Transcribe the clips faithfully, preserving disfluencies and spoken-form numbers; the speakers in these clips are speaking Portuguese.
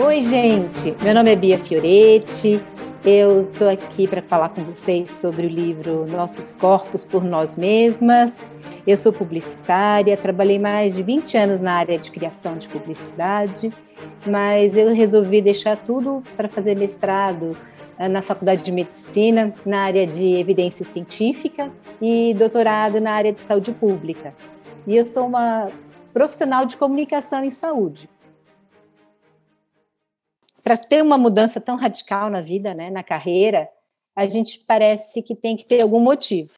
Oi, gente! Meu nome é Bia Fioretti, eu estou aqui para falar com vocês sobre o livro Nossos Corpos por Nós Mesmas. Eu sou publicitária, trabalhei mais de vinte anos na área de criação de publicidade, mas eu resolvi deixar tudo para fazer mestrado na Faculdade de Medicina, na área de evidência científica, e doutorado na área de saúde pública. E eu sou uma profissional de comunicação em saúde. Para ter uma mudança tão radical na vida, né, na carreira, a gente parece que tem que ter algum motivo.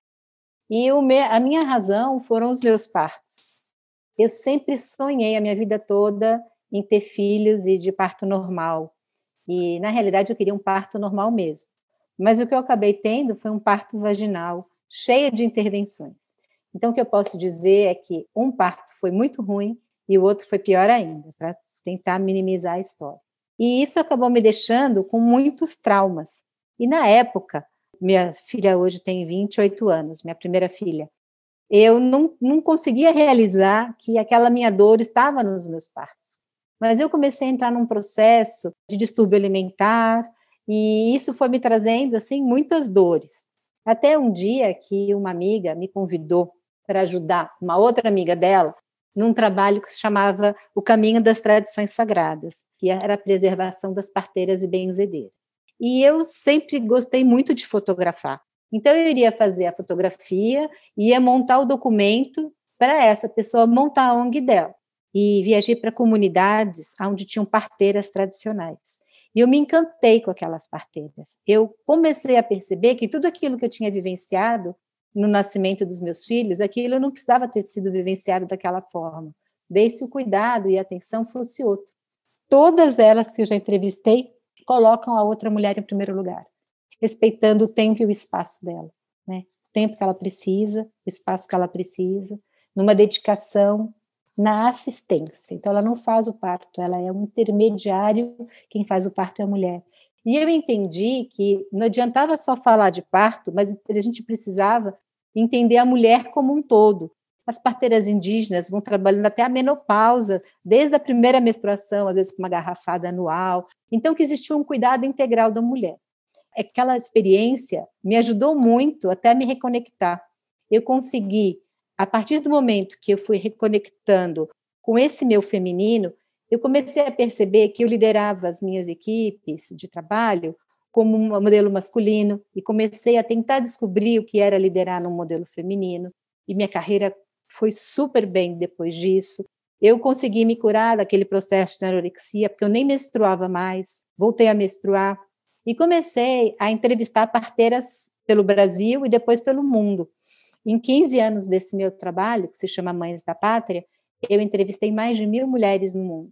E o me, a minha razão foram os meus partos. Eu sempre sonhei a minha vida toda em ter filhos e de parto normal. E, na realidade, eu queria um parto normal mesmo. Mas o que eu acabei tendo foi um parto vaginal, cheio de intervenções. Então, o que eu posso dizer é que um parto foi muito ruim e o outro foi pior ainda, para tentar minimizar a história. E isso acabou me deixando com muitos traumas. E, na época, minha filha hoje tem vinte e oito anos, minha primeira filha, eu não, não conseguia realizar que aquela minha dor estava nos meus partos. Mas eu comecei a entrar num processo de distúrbio alimentar e isso foi me trazendo, assim, muitas dores. Até um dia que uma amiga me convidou para ajudar uma outra amiga dela num trabalho que se chamava O Caminho das Tradições Sagradas, que era a preservação das parteiras e benzedeiras. E eu sempre gostei muito de fotografar. Então, eu iria fazer a fotografia, ia montar o documento para essa pessoa montar a O N G dela. E viajei para comunidades onde tinham parteiras tradicionais. E eu me encantei com aquelas parteiras. Eu comecei a perceber que tudo aquilo que eu tinha vivenciado no nascimento dos meus filhos, aquilo não precisava ter sido vivenciado daquela forma, desde o cuidado e a atenção fosse outro. Todas elas que eu já entrevistei colocam a outra mulher em primeiro lugar, respeitando o tempo e o espaço dela, né? O tempo que ela precisa, o espaço que ela precisa, numa dedicação na assistência. Então, ela não faz o parto, ela é um intermediário, quem faz o parto é a mulher. E eu entendi que não adiantava só falar de parto, mas a gente precisava entender a mulher como um todo. As parteiras indígenas vão trabalhando até a menopausa, desde a primeira menstruação, às vezes com uma garrafada anual. Então, que existia um cuidado integral da mulher. Aquela experiência me ajudou muito até a me reconectar. Eu consegui, a partir do momento que eu fui reconectando com esse meu feminino, eu comecei a perceber que eu liderava as minhas equipes de trabalho como um modelo masculino e comecei a tentar descobrir o que era liderar num modelo feminino. E minha carreira foi super bem depois disso. Eu consegui me curar daquele processo de anorexia, porque eu nem menstruava mais, voltei a menstruar e comecei a entrevistar parteiras pelo Brasil e depois pelo mundo. Em quinze anos desse meu trabalho, que se chama Mães da Pátria, eu entrevistei mais de mil mulheres no mundo.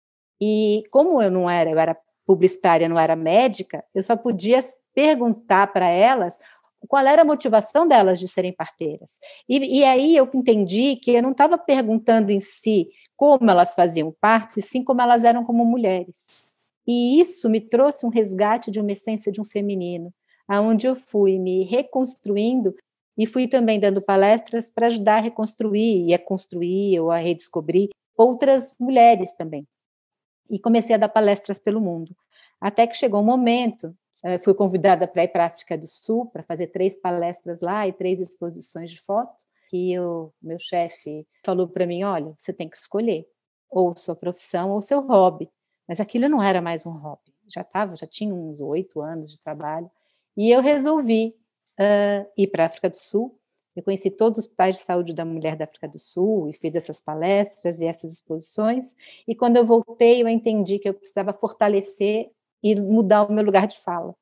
E como eu não era, eu era publicitária, não era médica, eu só podia perguntar para elas qual era a motivação delas de serem parteiras. E, e aí eu entendi que eu não estava perguntando em si como elas faziam o parto, e sim como elas eram como mulheres. E isso me trouxe um resgate de uma essência de um feminino, aonde eu fui me reconstruindo e fui também dando palestras para ajudar a reconstruir e a construir ou a redescobrir outras mulheres também. E comecei a dar palestras pelo mundo. Até que chegou um momento, fui convidada para ir para a África do Sul, para fazer três palestras lá e três exposições de foto, que o meu chefe falou para mim, olha, você tem que escolher, ou sua profissão ou seu hobby. Mas aquilo não era mais um hobby, já estava, já tinha uns oito anos de trabalho, e eu resolvi uh, ir para a África do Sul. Eu conheci todos os hospitais de saúde da mulher da África do Sul e fiz essas palestras e essas exposições, e quando eu voltei eu entendi que eu precisava fortalecer e mudar o meu lugar de fala.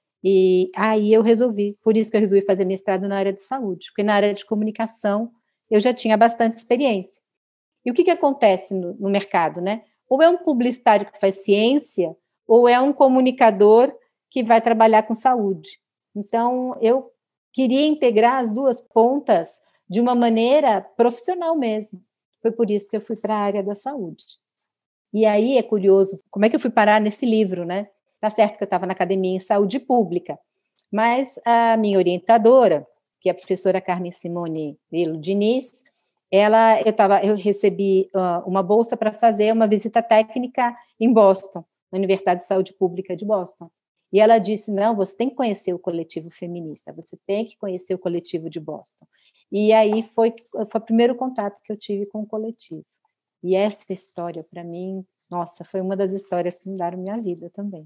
E aí eu resolvi, por isso que eu resolvi fazer mestrado na área de saúde, porque na área de comunicação eu já tinha bastante experiência. E o que, que acontece no, no mercado, né? Ou é um publicitário que faz ciência, ou é um comunicador que vai trabalhar com saúde. Então, eu queria integrar as duas pontas de uma maneira profissional mesmo. Foi por isso que eu fui para a área da saúde. E aí é curioso, como é que eu fui parar nesse livro, né? Tá certo que eu estava na academia em saúde pública, mas a minha orientadora, que é a professora Carmen Simone Velo Diniz, ela, eu, tava, eu recebi uh, uma bolsa para fazer uma visita técnica em Boston, na Universidade de Saúde Pública de Boston. E ela disse, não, você tem que conhecer o coletivo feminista, você tem que conhecer o coletivo de Boston. E aí foi, foi o primeiro contato que eu tive com o coletivo. E essa história, para mim, nossa, foi uma das histórias que mudaram minha vida também.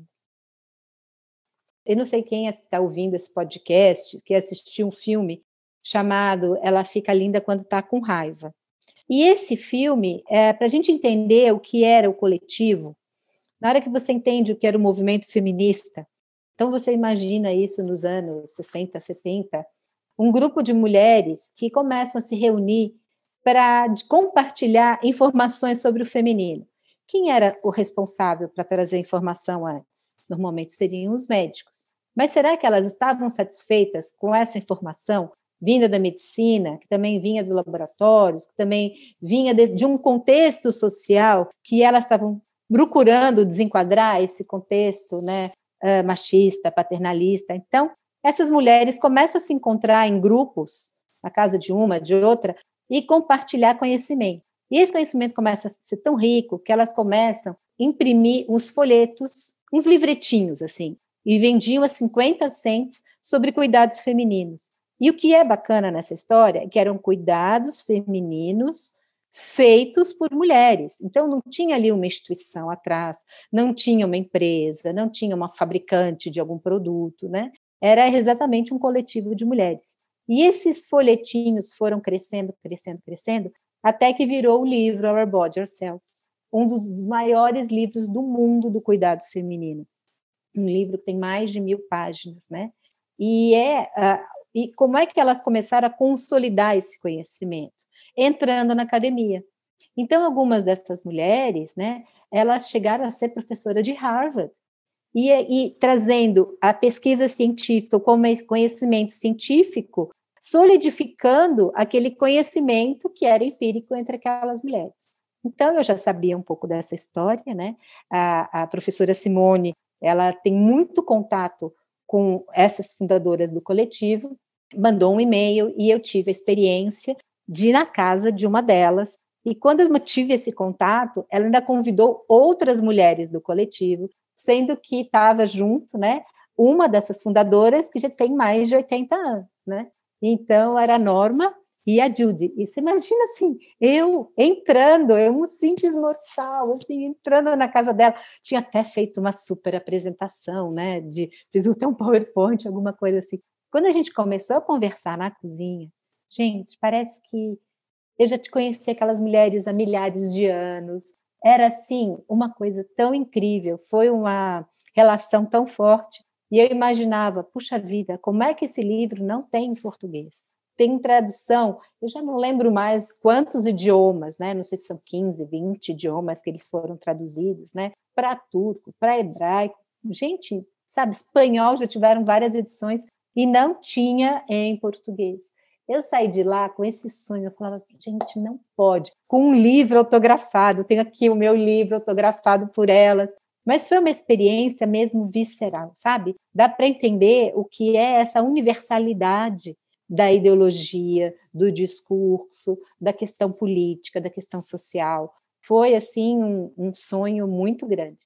Eu não sei quem está ouvindo esse podcast, que assistiu um filme chamado Ela Fica Linda Quando Está com Raiva. E esse filme, é, para a gente entender o que era o coletivo, na hora que você entende o que era o movimento feminista, então você imagina isso nos anos sessenta, setenta, um grupo de mulheres que começam a se reunir para compartilhar informações sobre o feminino. Quem era o responsável para trazer informação antes? Normalmente seriam os médicos. Mas será que elas estavam satisfeitas com essa informação vinda da medicina, que também vinha dos laboratórios, que também vinha de, de um contexto social que elas estavam procurando desenquadrar esse contexto, né, uh, machista, paternalista? Então, essas mulheres começam a se encontrar em grupos, na casa de uma, de outra, e compartilhar conhecimento. E esse conhecimento começa a ser tão rico que elas começam a imprimir uns folhetos, uns livretinhos, assim, e vendiam a cinquenta cents sobre cuidados femininos. E o que é bacana nessa história é que eram cuidados femininos feitos por mulheres. Então, não tinha ali uma instituição atrás, não tinha uma empresa, não tinha uma fabricante de algum produto, né? Era exatamente um coletivo de mulheres. E esses folhetinhos foram crescendo, crescendo, crescendo, até que virou o livro Our Body, Ourselves, um dos maiores livros do mundo do cuidado feminino. Um livro que tem mais de mil páginas, né? E, é, uh, e como é que elas começaram a consolidar esse conhecimento? Entrando na academia. Então, algumas dessas mulheres, né, elas chegaram a ser professora de Harvard, e, e trazendo a pesquisa científica, o conhecimento científico, solidificando aquele conhecimento que era empírico entre aquelas mulheres. Então, eu já sabia um pouco dessa história, né? A, a professora Simone, ela tem muito contato com essas fundadoras do coletivo, mandou um e-mail e eu tive a experiência de ir na casa de uma delas, e quando eu tive esse contato, ela ainda convidou outras mulheres do coletivo, sendo que estava junto, né, uma dessas fundadoras que já tem mais de oitenta anos, né? Então, era a Norma e a Judy. E você imagina, assim, eu entrando, eu um simples mortal, assim, entrando na casa dela. Tinha até feito uma super apresentação, né? De, fiz até um PowerPoint, alguma coisa assim. Quando a gente começou a conversar na cozinha, gente, parece que eu já te conheci aquelas mulheres há milhares de anos. Era, assim, uma coisa tão incrível. Foi uma relação tão forte. E eu imaginava, puxa vida, como é que esse livro não tem em português? Tem tradução, eu já não lembro mais quantos idiomas, né? Não sei se são quinze, vinte idiomas que eles foram traduzidos, né? Para turco, para hebraico. Gente, sabe, espanhol já tiveram várias edições e não tinha em português. Eu saí de lá com esse sonho, eu falava, gente, não pode. Com um livro autografado, tenho aqui o meu livro autografado por elas. Mas foi uma experiência mesmo visceral, sabe? Dá para entender o que é essa universalidade da ideologia, do discurso, da questão política, da questão social. Foi, assim, um, um sonho muito grande.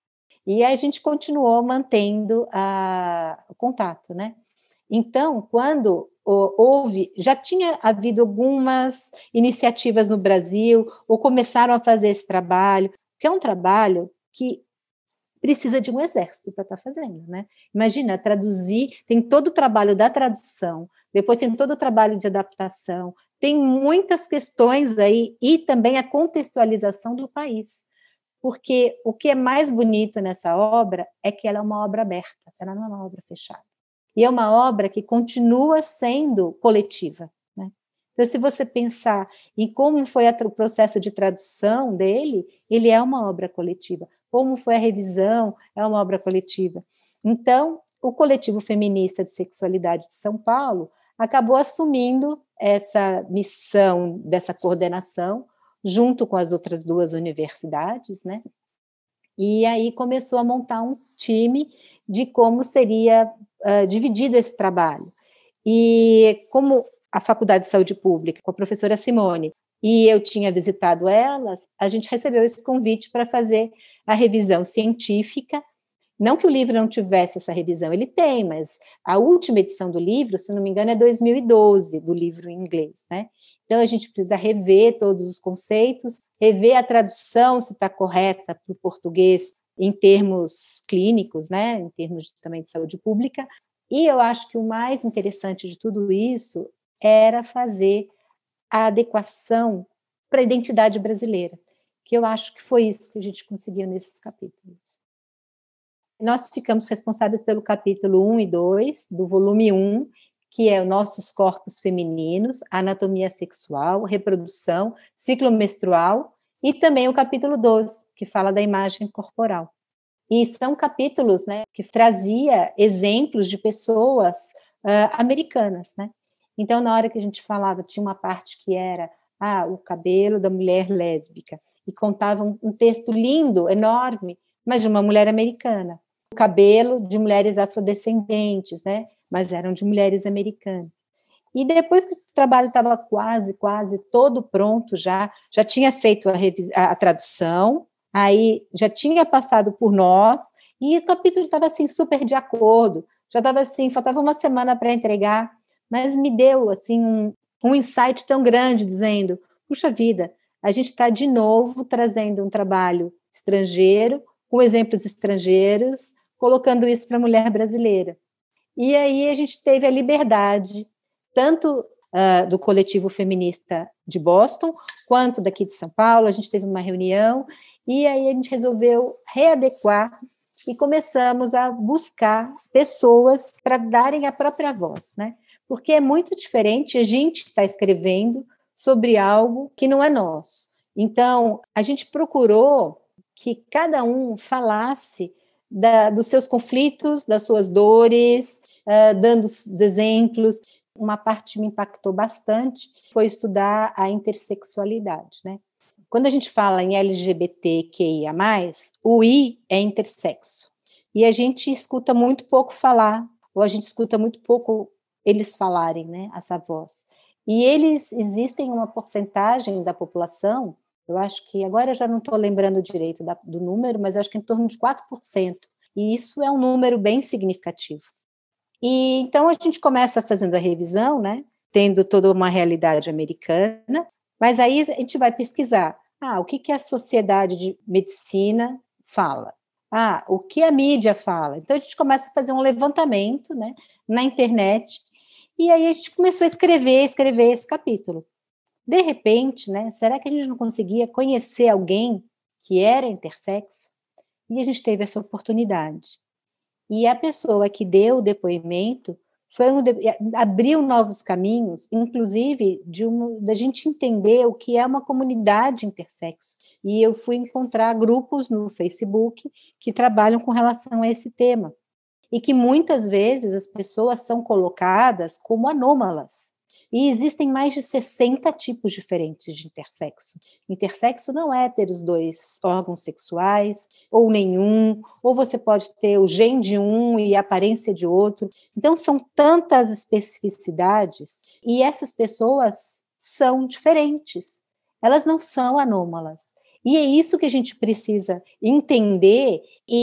E a gente continuou mantendo a, o contato, né? Então, quando houve, já tinha havido algumas iniciativas no Brasil, ou começaram a fazer esse trabalho, que é um trabalho que precisa de um exército para estar fazendo, né? Imagina, traduzir, tem todo o trabalho da tradução, depois tem todo o trabalho de adaptação, tem muitas questões aí, e também a contextualização do país, porque o que é mais bonito nessa obra é que ela é uma obra aberta, ela não é uma obra fechada. E é uma obra que continua sendo coletiva, né? Então, se você pensar em como foi o processo de tradução dele, ele é uma obra coletiva. Como foi a revisão, é uma obra coletiva. Então, o Coletivo Feminista de Sexualidade de São Paulo acabou assumindo essa missão dessa coordenação, junto com as outras duas universidades, né? E aí começou a montar um time de como seria uh, dividido esse trabalho. E como a Faculdade de Saúde Pública, com a professora Simone, e eu tinha visitado elas, a gente recebeu esse convite para fazer a revisão científica. Não que o livro não tivesse essa revisão, ele tem, mas a última edição do livro, se não me engano, é dois mil e doze, do livro em inglês, né? Então, a gente precisa rever todos os conceitos, rever a tradução, se está correta para o português, em termos clínicos, né? Em termos de, também de saúde pública. E eu acho que o mais interessante de tudo isso era fazer a adequação para a identidade brasileira, que eu acho que foi isso que a gente conseguiu nesses capítulos. Nós ficamos responsáveis pelo capítulo um e dois, do volume um, que é os nossos corpos femininos, anatomia sexual, reprodução, ciclo menstrual, e também o capítulo doze, que fala da imagem corporal. E são capítulos, né, que trazia exemplos de pessoas uh, americanas, né? Então, na hora que a gente falava, tinha uma parte que era ah, o cabelo da mulher lésbica, e contava um, um texto lindo, enorme, mas de uma mulher americana. O cabelo de mulheres afrodescendentes, né? Mas eram de mulheres americanas. E depois que o trabalho estava quase, quase todo pronto já, já tinha feito a, a, a tradução, aí já tinha passado por nós, e o capítulo estava assim super de acordo, já estava assim, faltava uma semana para entregar, mas me deu assim um, um insight tão grande, dizendo, puxa vida, a gente está de novo trazendo um trabalho estrangeiro, com exemplos estrangeiros, colocando isso para a mulher brasileira. E aí a gente teve a liberdade, tanto uh, do coletivo feminista de Boston, quanto daqui de São Paulo, a gente teve uma reunião, e aí a gente resolveu readequar e começamos a buscar pessoas para darem a própria voz, né? Porque é muito diferente a gente estar escrevendo sobre algo que não é nosso. Então, a gente procurou que cada um falasse Da, dos seus conflitos, das suas dores, uh, dando os exemplos. Uma parte que me impactou bastante foi estudar a intersexualidade, né? Quando a gente fala em L G B T Q I A mais, o I é intersexo. E a gente escuta muito pouco falar, ou a gente escuta muito pouco eles falarem, né, essa voz. E eles existem uma porcentagem da população, eu acho que, agora eu já não estou lembrando direito da, do número, mas eu acho que em torno de quatro por cento. E isso é um número bem significativo. E então a gente começa fazendo a revisão, né, tendo toda uma realidade americana, mas aí a gente vai pesquisar. Ah, o que, que a sociedade de medicina fala? Ah, o que a mídia fala? Então a gente começa a fazer um levantamento, né, na internet, e aí a gente começou a escrever, escrever esse capítulo. De repente, né, será que a gente não conseguia conhecer alguém que era intersexo? E a gente teve essa oportunidade. E a pessoa que deu o depoimento foi um de... abriu novos caminhos, inclusive de uma... da gente entender o que é uma comunidade intersexo. E eu fui encontrar grupos no Facebook que trabalham com relação a esse tema. E que muitas vezes as pessoas são colocadas como anômalas. E existem mais de sessenta tipos diferentes de intersexo. Intersexo não é ter os dois órgãos sexuais, ou nenhum, ou você pode ter o gene de um e a aparência de outro. Então, são tantas especificidades, e essas pessoas são diferentes. Elas não são anômalas. E é isso que a gente precisa entender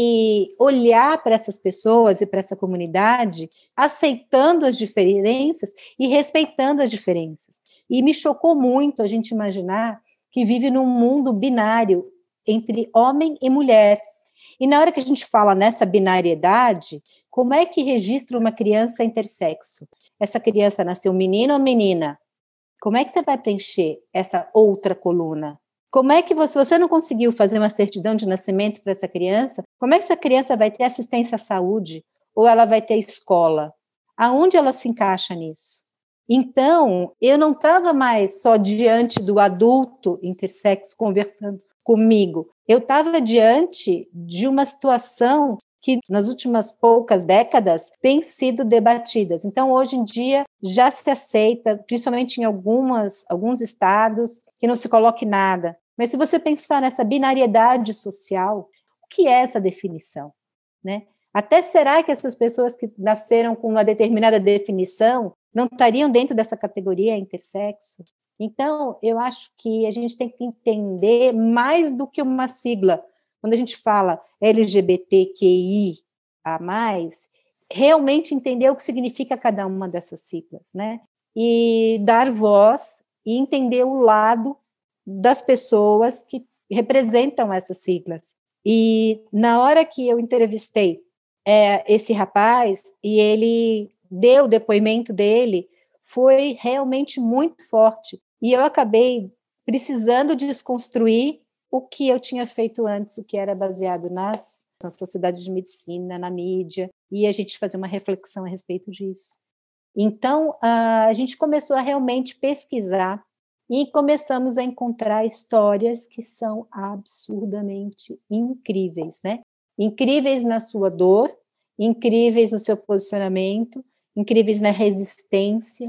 e olhar para essas pessoas e para essa comunidade, aceitando as diferenças e respeitando as diferenças. E me chocou muito a gente imaginar que vive num mundo binário entre homem e mulher. E na hora que a gente fala nessa binariedade, como é que registra uma criança intersexo? Essa criança nasceu menino ou menina? Como é que você vai preencher essa outra coluna? Como é que você, se você não conseguiu fazer uma certidão de nascimento para essa criança, como é que essa criança vai ter assistência à saúde? Ou ela vai ter escola? Aonde ela se encaixa nisso? Então, eu não estava mais só diante do adulto intersexo conversando comigo. Eu estava diante de uma situação que nas últimas poucas décadas tem sido debatidas. Então, hoje em dia, já se aceita, principalmente em algumas, alguns estados, que não se coloque nada. Mas se você pensar nessa binariedade social, o que é essa definição? Né? Até será que essas pessoas que nasceram com uma determinada definição não estariam dentro dessa categoria intersexo? Então, eu acho que a gente tem que entender mais do que uma sigla. Quando a gente fala L G B T Q I a mais, realmente entender o que significa cada uma dessas siglas, né? E dar voz e entender o lado das pessoas que representam essas siglas. E na hora que eu entrevistei é, esse rapaz, e ele deu o depoimento dele, foi realmente muito forte. E eu acabei precisando desconstruir o que eu tinha feito antes, o que era baseado nas, na sociedade de medicina, na mídia, e a gente fazer uma reflexão a respeito disso. Então, a gente começou a realmente pesquisar e começamos a encontrar histórias que são absurdamente incríveis, né? Incríveis na sua dor, incríveis no seu posicionamento, incríveis na resistência,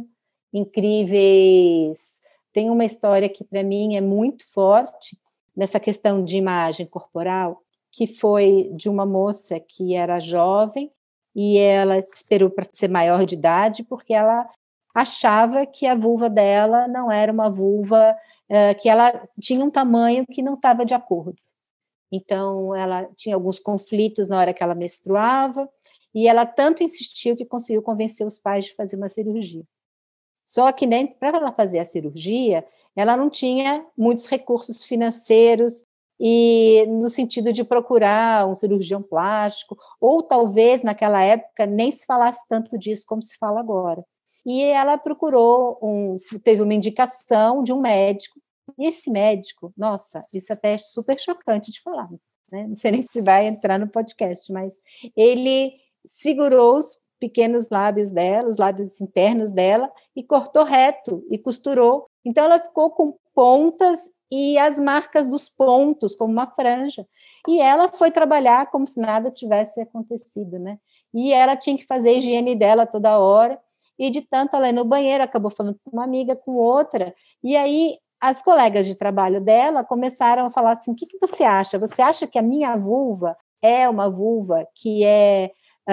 incríveis. Tem uma história que, para mim, é muito forte, nessa questão de imagem corporal, que foi de uma moça que era jovem e ela esperou para ser maior de idade porque ela achava que a vulva dela não era uma vulva, uh, que ela tinha um tamanho que não estava de acordo. Então, ela tinha alguns conflitos na hora que ela menstruava, e ela tanto insistiu que conseguiu convencer os pais de fazer uma cirurgia. Só que, né, para ela fazer a cirurgia, ela não tinha muitos recursos financeiros, e no sentido de procurar um cirurgião plástico, ou talvez, naquela época, nem se falasse tanto disso como se fala agora. E ela procurou, um, teve uma indicação de um médico, e esse médico, nossa, isso até é super chocante de falar, né? Não sei nem se vai entrar no podcast, mas ele segurou os pequenos lábios dela, os lábios internos dela, e cortou reto, e costurou. Então, ela ficou com pontas e as marcas dos pontos, como uma franja. E ela foi trabalhar como se nada tivesse acontecido, né? E ela tinha que fazer a higiene dela toda hora, e de tanto ela ir no banheiro, acabou falando com uma amiga, com outra, e aí as colegas de trabalho dela começaram a falar assim, o que, que você acha? Você acha que a minha vulva é uma vulva que é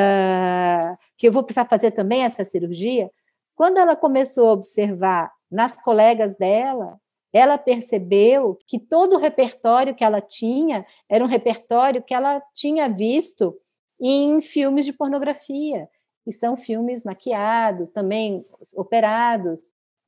uh, que eu vou precisar fazer também essa cirurgia? Quando ela começou a observar nas colegas dela, ela percebeu que todo o repertório que ela tinha era um repertório que ela tinha visto em filmes de pornografia, que são filmes maquiados, também operados.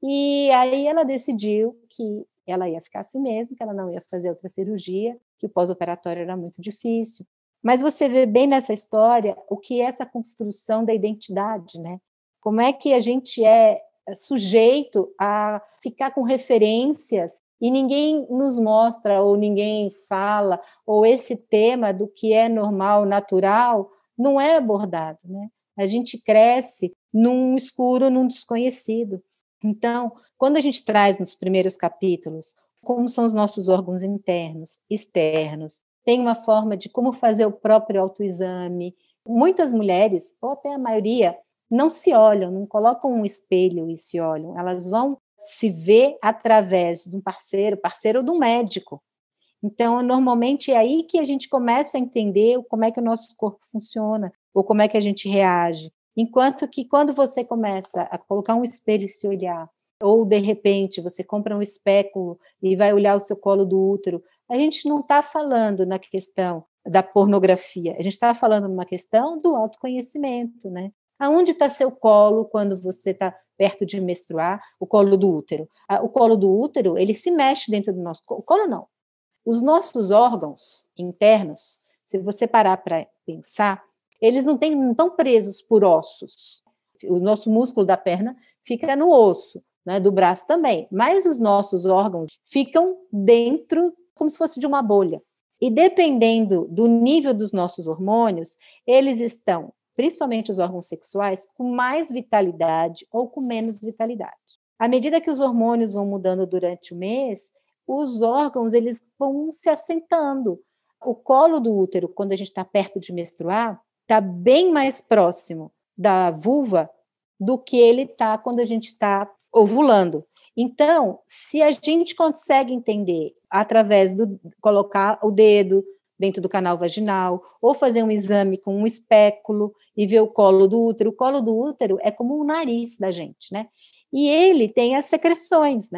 E aí ela decidiu que ela ia ficar assim mesmo, que ela não ia fazer outra cirurgia, que o pós-operatório era muito difícil. Mas você vê bem nessa história o que é essa construção da identidade, né? Como é que a gente é sujeito a ficar com referências e ninguém nos mostra, ou ninguém fala, ou esse tema do que é normal, natural, não é abordado, né? A gente cresce num escuro, num desconhecido. Então, quando a gente traz nos primeiros capítulos como são os nossos órgãos internos, externos, tem uma forma de como fazer o próprio autoexame. Muitas mulheres, ou até a maioria, não se olham, não colocam um espelho e se olham. Elas vão se ver através de um parceiro, parceiro ou de um médico. Então, normalmente é aí que a gente começa a entender como é que o nosso corpo funciona, ou como é que a gente reage. Enquanto que quando você começa a colocar um espelho e se olhar, ou de repente você compra um espéculo e vai olhar o seu colo do útero, a gente não está falando na questão da pornografia, a gente está falando numa questão do autoconhecimento, né? Aonde está seu colo quando você está perto de menstruar? O colo do útero. O colo do útero, ele se mexe dentro do nosso colo. O colo não. Os nossos órgãos internos, se você parar para pensar, eles não, tem, não estão presos por ossos. O nosso músculo da perna fica no osso, né, do braço também, mas os nossos órgãos ficam dentro, como se fosse de uma bolha. E dependendo do nível dos nossos hormônios, eles estão, principalmente os órgãos sexuais, com mais vitalidade ou com menos vitalidade. À medida que os hormônios vão mudando durante o mês, os órgãos eles vão se assentando. O colo do útero, quando a gente está perto de menstruar, está bem mais próximo da vulva do que ele está quando a gente está ovulando. Então, se a gente consegue entender através do colocar o dedo dentro do canal vaginal, ou fazer um exame com um espéculo e ver o colo do útero, o colo do útero é como o nariz da gente, né? E ele tem as secreções, né?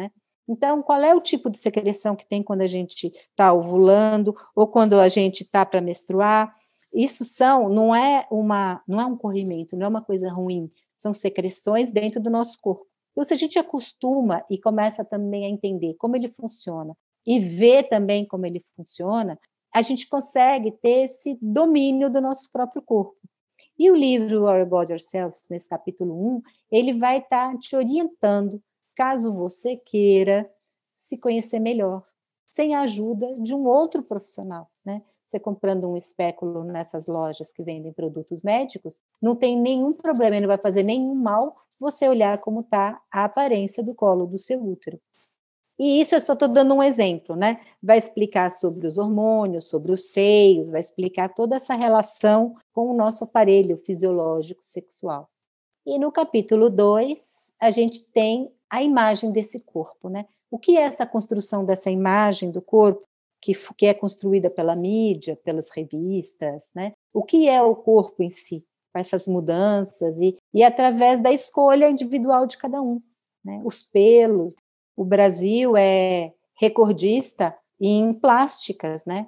Então, qual é o tipo de secreção que tem quando a gente está ovulando ou quando a gente está para menstruar? Isso são, não é uma, não é um corrimento, não é uma coisa ruim, são secreções dentro do nosso corpo. Então, se a gente acostuma e começa também a entender como ele funciona e ver também como ele funciona, a gente consegue ter esse domínio do nosso próprio corpo. E o livro Our God Yourself, nesse capítulo um, ele vai estar te orientando, caso você queira se conhecer melhor, sem a ajuda de um outro profissional, né? Você comprando um espéculo nessas lojas que vendem produtos médicos, não tem nenhum problema, não vai fazer nenhum mal você olhar como está a aparência do colo do seu útero. E isso eu só estou dando um exemplo, né? Vai explicar sobre os hormônios, sobre os seios, vai explicar toda essa relação com o nosso aparelho fisiológico sexual. E no capítulo dois, a gente tem a imagem desse corpo, né? O que é essa construção dessa imagem do corpo, que, que é construída pela mídia, pelas revistas, né? O que é o corpo em si, com essas mudanças, e, e através da escolha individual de cada um, né? Os pelos. O Brasil é recordista em plásticas, né?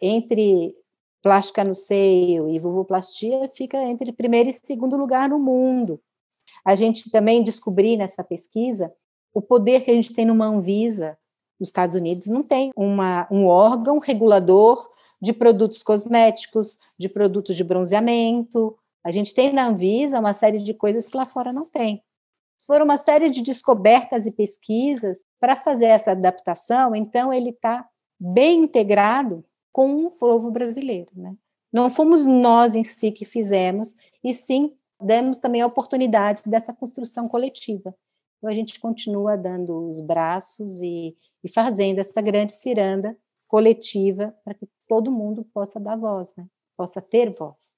Entre plástica no seio e vulvoplastia, fica entre primeiro e segundo lugar no mundo. A gente também descobriu nessa pesquisa o poder que a gente tem numa Anvisa. Nos Estados Unidos não tem uma, um órgão regulador de produtos cosméticos, de produtos de bronzeamento. A gente tem na Anvisa uma série de coisas que lá fora não tem. Foram uma série de descobertas e pesquisas para fazer essa adaptação, então ele está bem integrado com o povo brasileiro, né? Não fomos nós em si que fizemos, e sim demos também a oportunidade dessa construção coletiva. Então a gente continua dando os braços e, e fazendo essa grande ciranda coletiva para que todo mundo possa dar voz, né? Possa ter voz.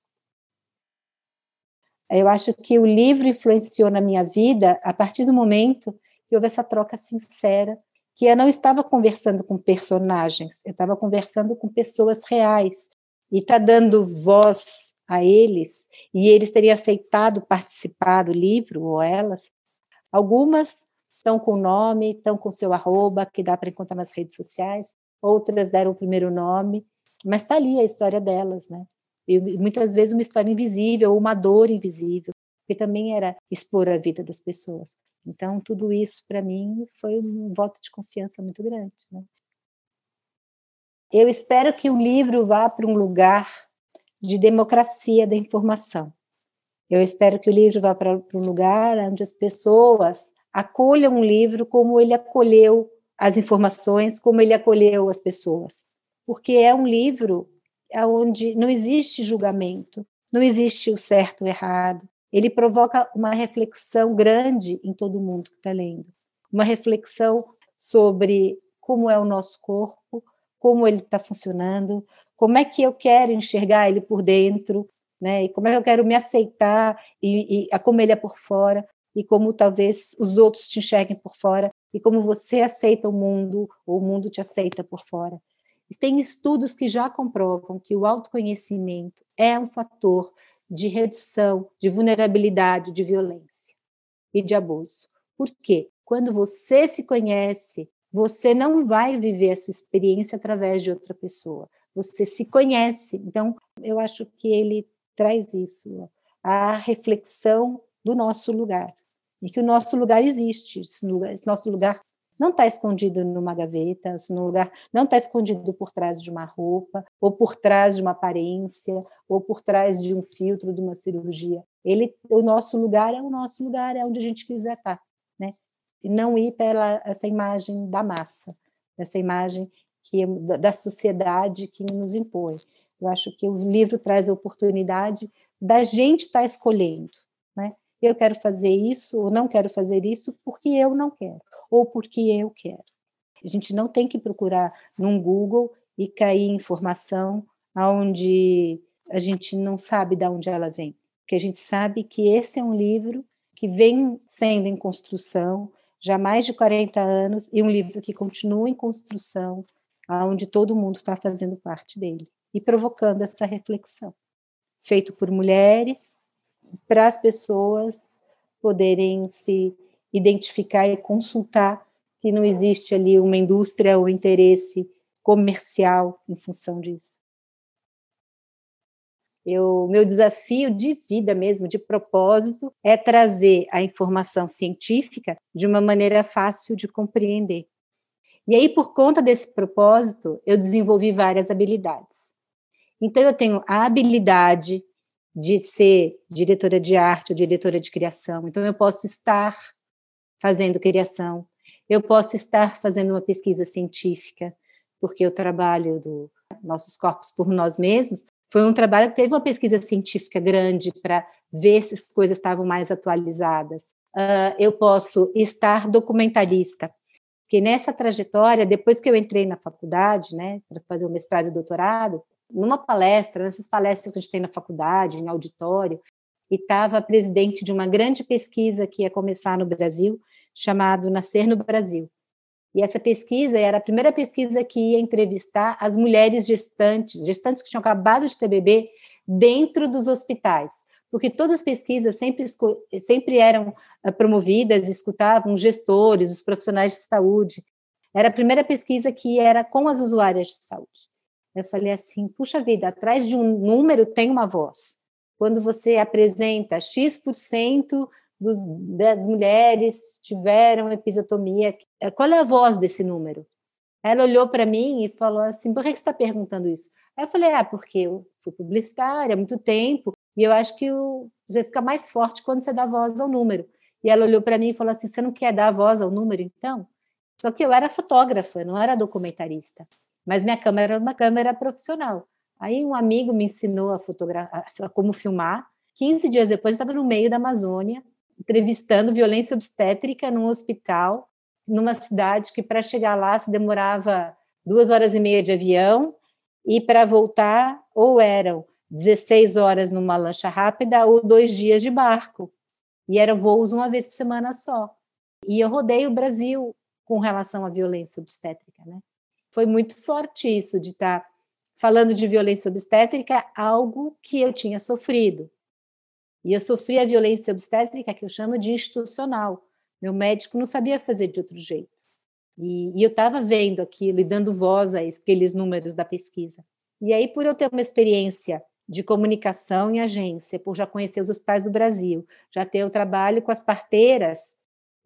Eu acho que o livro influenciou na minha vida a partir do momento que houve essa troca sincera, que eu não estava conversando com personagens, eu estava conversando com pessoas reais, e está dando voz a eles, e eles teriam aceitado participar do livro, ou elas. Algumas estão com nome, estão com seu arroba, que dá para encontrar nas redes sociais, outras deram o primeiro nome, mas está ali a história delas, né? E muitas vezes uma história invisível, ou uma dor invisível, que também era expor a vida das pessoas. Então, tudo isso, para mim, foi um voto de confiança muito grande, né? Eu espero que o livro vá para um lugar de democracia da informação. Eu espero que o livro vá para um lugar onde as pessoas acolham o livro como ele acolheu as informações, como ele acolheu as pessoas. Porque é um livro onde não existe julgamento, não existe o certo ou o errado. Ele provoca uma reflexão grande em todo mundo que está lendo. Uma reflexão sobre como é o nosso corpo, como ele está funcionando, como é que eu quero enxergar ele por dentro, né? E como é que eu quero me aceitar, e, e como ele é por fora, e como talvez os outros te enxerguem por fora, e como você aceita o mundo, ou o mundo te aceita por fora. Tem estudos que já comprovam que o autoconhecimento é um fator de redução de vulnerabilidade, de violência e de abuso. Por quê? Quando você se conhece, você não vai viver a sua experiência através de outra pessoa. Você se conhece. Então, eu acho que ele traz isso, a reflexão do nosso lugar. E que o nosso lugar existe. Esse, lugar, esse nosso lugar não está escondido numa gaveta, esse lugar não está escondido por trás de uma roupa, ou por trás de uma aparência, ou por trás de um filtro, de uma cirurgia. Ele, o nosso lugar é o nosso lugar, é onde a gente quiser estar, né? E não ir pela essa imagem da massa, essa imagem que, da sociedade que nos impõe. Eu acho que o livro traz a oportunidade da gente estar escolhendo, né? Eu quero fazer isso ou não quero fazer isso porque eu não quero, ou porque eu quero. A gente não tem que procurar num Google e cair em informação onde a gente não sabe de onde ela vem, porque a gente sabe que esse é um livro que vem sendo em construção já há mais de quarenta anos, e um livro que continua em construção, onde todo mundo está fazendo parte dele, e provocando essa reflexão. Feito por mulheres, para as pessoas poderem se identificar e consultar que não existe ali uma indústria ou interesse comercial em função disso. Eu, meu desafio de vida mesmo, de propósito, é trazer a informação científica de uma maneira fácil de compreender. E aí, por conta desse propósito, eu desenvolvi várias habilidades. Então, eu tenho a habilidade de ser diretora de arte ou diretora de criação. Então, eu posso estar fazendo criação, eu posso estar fazendo uma pesquisa científica, porque eu trabalho do Nossos Corpos por Nós Mesmos. Foi um trabalho que teve uma pesquisa científica grande para ver se as coisas estavam mais atualizadas. Uh, eu posso estar documentarista, porque nessa trajetória, depois que eu entrei na faculdade, né, para fazer o mestrado e doutorado, numa palestra, nessas palestras que a gente tem na faculdade, em auditório, e estava presidente de uma grande pesquisa que ia começar no Brasil, chamado Nascer no Brasil. E essa pesquisa era a primeira pesquisa que ia entrevistar as mulheres gestantes, gestantes que tinham acabado de ter bebê, dentro dos hospitais. Porque todas as pesquisas sempre, sempre eram promovidas, escutavam gestores, os profissionais de saúde. Era a primeira pesquisa que era com as usuárias de saúde. Eu falei assim, puxa vida, atrás de um número tem uma voz. Quando você apresenta X% dos, das mulheres tiveram episiotomia, qual é a voz desse número? Ela olhou para mim e falou assim, por que você está perguntando isso? Aí eu falei, ah, porque eu fui publicitária há muito tempo, e eu acho que o, você fica mais forte quando você dá voz ao número. E ela olhou para mim e falou assim, você não quer dar voz ao número, então? Só que eu era fotógrafa, não era documentarista. Mas minha câmera era uma câmera profissional. Aí um amigo me ensinou a fotografar, a como filmar. quinze dias depois, eu estava no meio da Amazônia, entrevistando violência obstétrica num hospital, numa cidade que, para chegar lá, se demorava duas horas e meia de avião, e para voltar, ou eram dezesseis horas numa lancha rápida, ou dois dias de barco. E eram voos uma vez por semana só. E eu rodei o Brasil com relação à violência obstétrica, né? Foi muito forte isso, de estar falando de violência obstétrica, algo que eu tinha sofrido. E eu sofri a violência obstétrica, que eu chamo de institucional. Meu médico não sabia fazer de outro jeito. E, e eu estava vendo aquilo e dando voz a aqueles números da pesquisa. E aí, por eu ter uma experiência de comunicação em agência, por já conhecer os hospitais do Brasil, já ter o trabalho com as parteiras,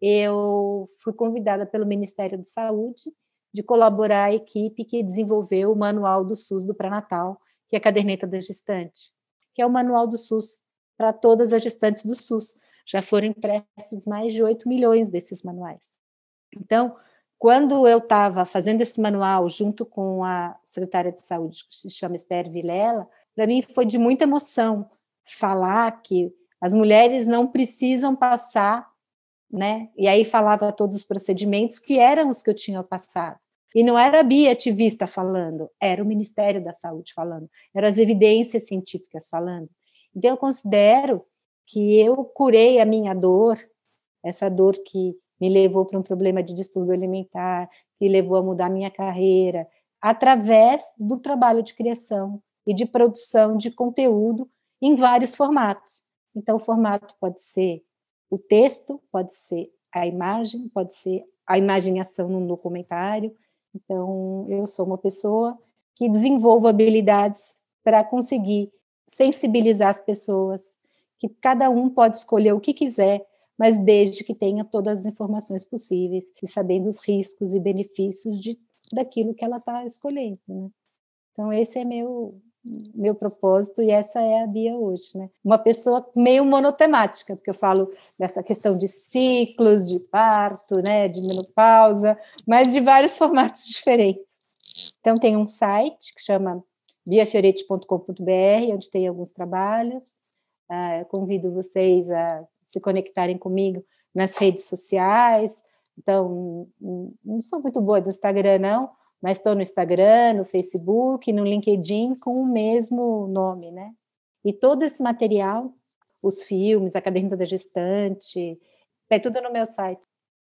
eu fui convidada pelo Ministério da Saúde de colaborar a equipe que desenvolveu o Manual do SUS do Pré-Natal, que é a caderneta da gestante, que é o Manual do SUS para todas as gestantes do SUS. Já foram impressos mais de oito milhões desses manuais. Então, quando eu estava fazendo esse manual junto com a secretária de saúde, que se chama Esther Vilela, para mim foi de muita emoção falar que as mulheres não precisam passar, né? E aí falava todos os procedimentos que eram os que eu tinha passado. E não era a Bia ativista falando, era o Ministério da Saúde falando, eram as evidências científicas falando. Então, eu considero que eu curei a minha dor, essa dor que me levou para um problema de distúrbio alimentar, que levou a mudar minha carreira, através do trabalho de criação e de produção de conteúdo em vários formatos. Então, o formato pode ser o texto, pode ser a imagem, pode ser a imaginação num documentário. Então, eu sou uma pessoa que desenvolvo habilidades para conseguir sensibilizar as pessoas, que cada um pode escolher o que quiser, mas desde que tenha todas as informações possíveis e sabendo os riscos e benefícios de, daquilo que ela está escolhendo, né? Então, esse é meu, meu propósito e essa é a Bia hoje, né? Uma pessoa meio monotemática, porque eu falo dessa questão de ciclos, de parto, né, de menopausa, mas de vários formatos diferentes. Então, tem um site que chama bia fioretti ponto com ponto b r, onde tem alguns trabalhos. Uh, eu convido vocês a se conectarem comigo nas redes sociais. Então, não sou muito boa do Instagram, não, mas estou no Instagram, no Facebook, no LinkedIn, com o mesmo nome, né? E todo esse material, os filmes, a caderneta da gestante, é tudo no meu site.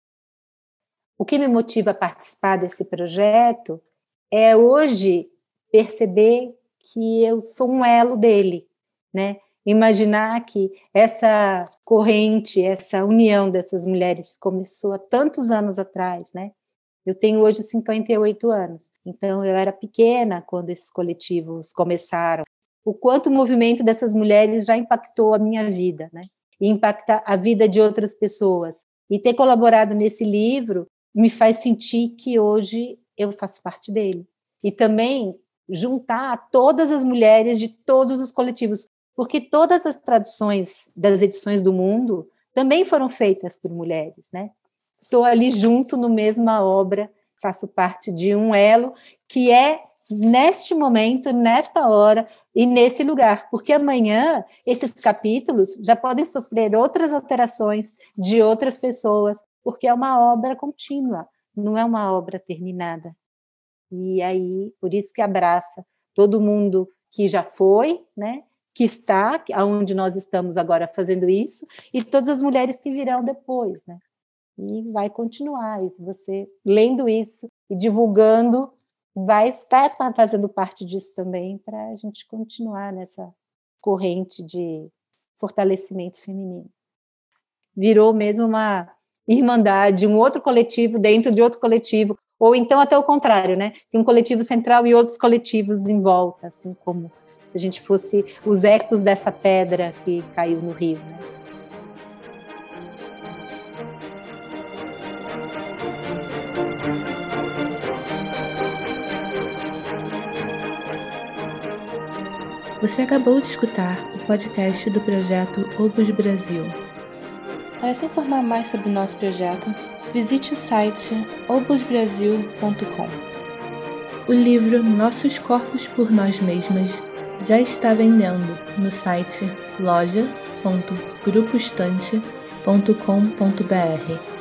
O que me motiva a participar desse projeto é hoje perceber que eu sou um elo dele, né? Imaginar que essa corrente, essa união dessas mulheres começou há tantos anos atrás, né? Eu tenho hoje cinquenta e oito anos, então eu era pequena quando esses coletivos começaram. O quanto o movimento dessas mulheres já impactou a minha vida, né? E impacta a vida de outras pessoas. E ter colaborado nesse livro me faz sentir que hoje eu faço parte dele. E também juntar todas as mulheres de todos os coletivos, porque todas as traduções das edições do mundo também foram feitas por mulheres, né? Estou ali junto no mesma obra, faço parte de um elo que é neste momento, nesta hora e nesse lugar, porque amanhã esses capítulos já podem sofrer outras alterações de outras pessoas, porque é uma obra contínua, não é uma obra terminada. E aí, por isso que abraça todo mundo que já foi, né, que está, onde nós estamos agora fazendo isso, e todas as mulheres que virão depois, né? E vai continuar, e você lendo isso e divulgando, vai estar fazendo parte disso também, para a gente continuar nessa corrente de fortalecimento feminino. Virou mesmo uma irmandade, um outro coletivo dentro de outro coletivo, ou então até o contrário, né? Tem um coletivo central e outros coletivos em volta, assim como se a gente fosse os ecos dessa pedra que caiu no rio, né? Você acabou de escutar o podcast do projeto Opus Brasil. Para se informar mais sobre o nosso projeto, visite o site opus brasil ponto com. O livro Nossos Corpos por Nós Mesmas já está vendendo no site loja ponto grupo estante ponto com ponto br.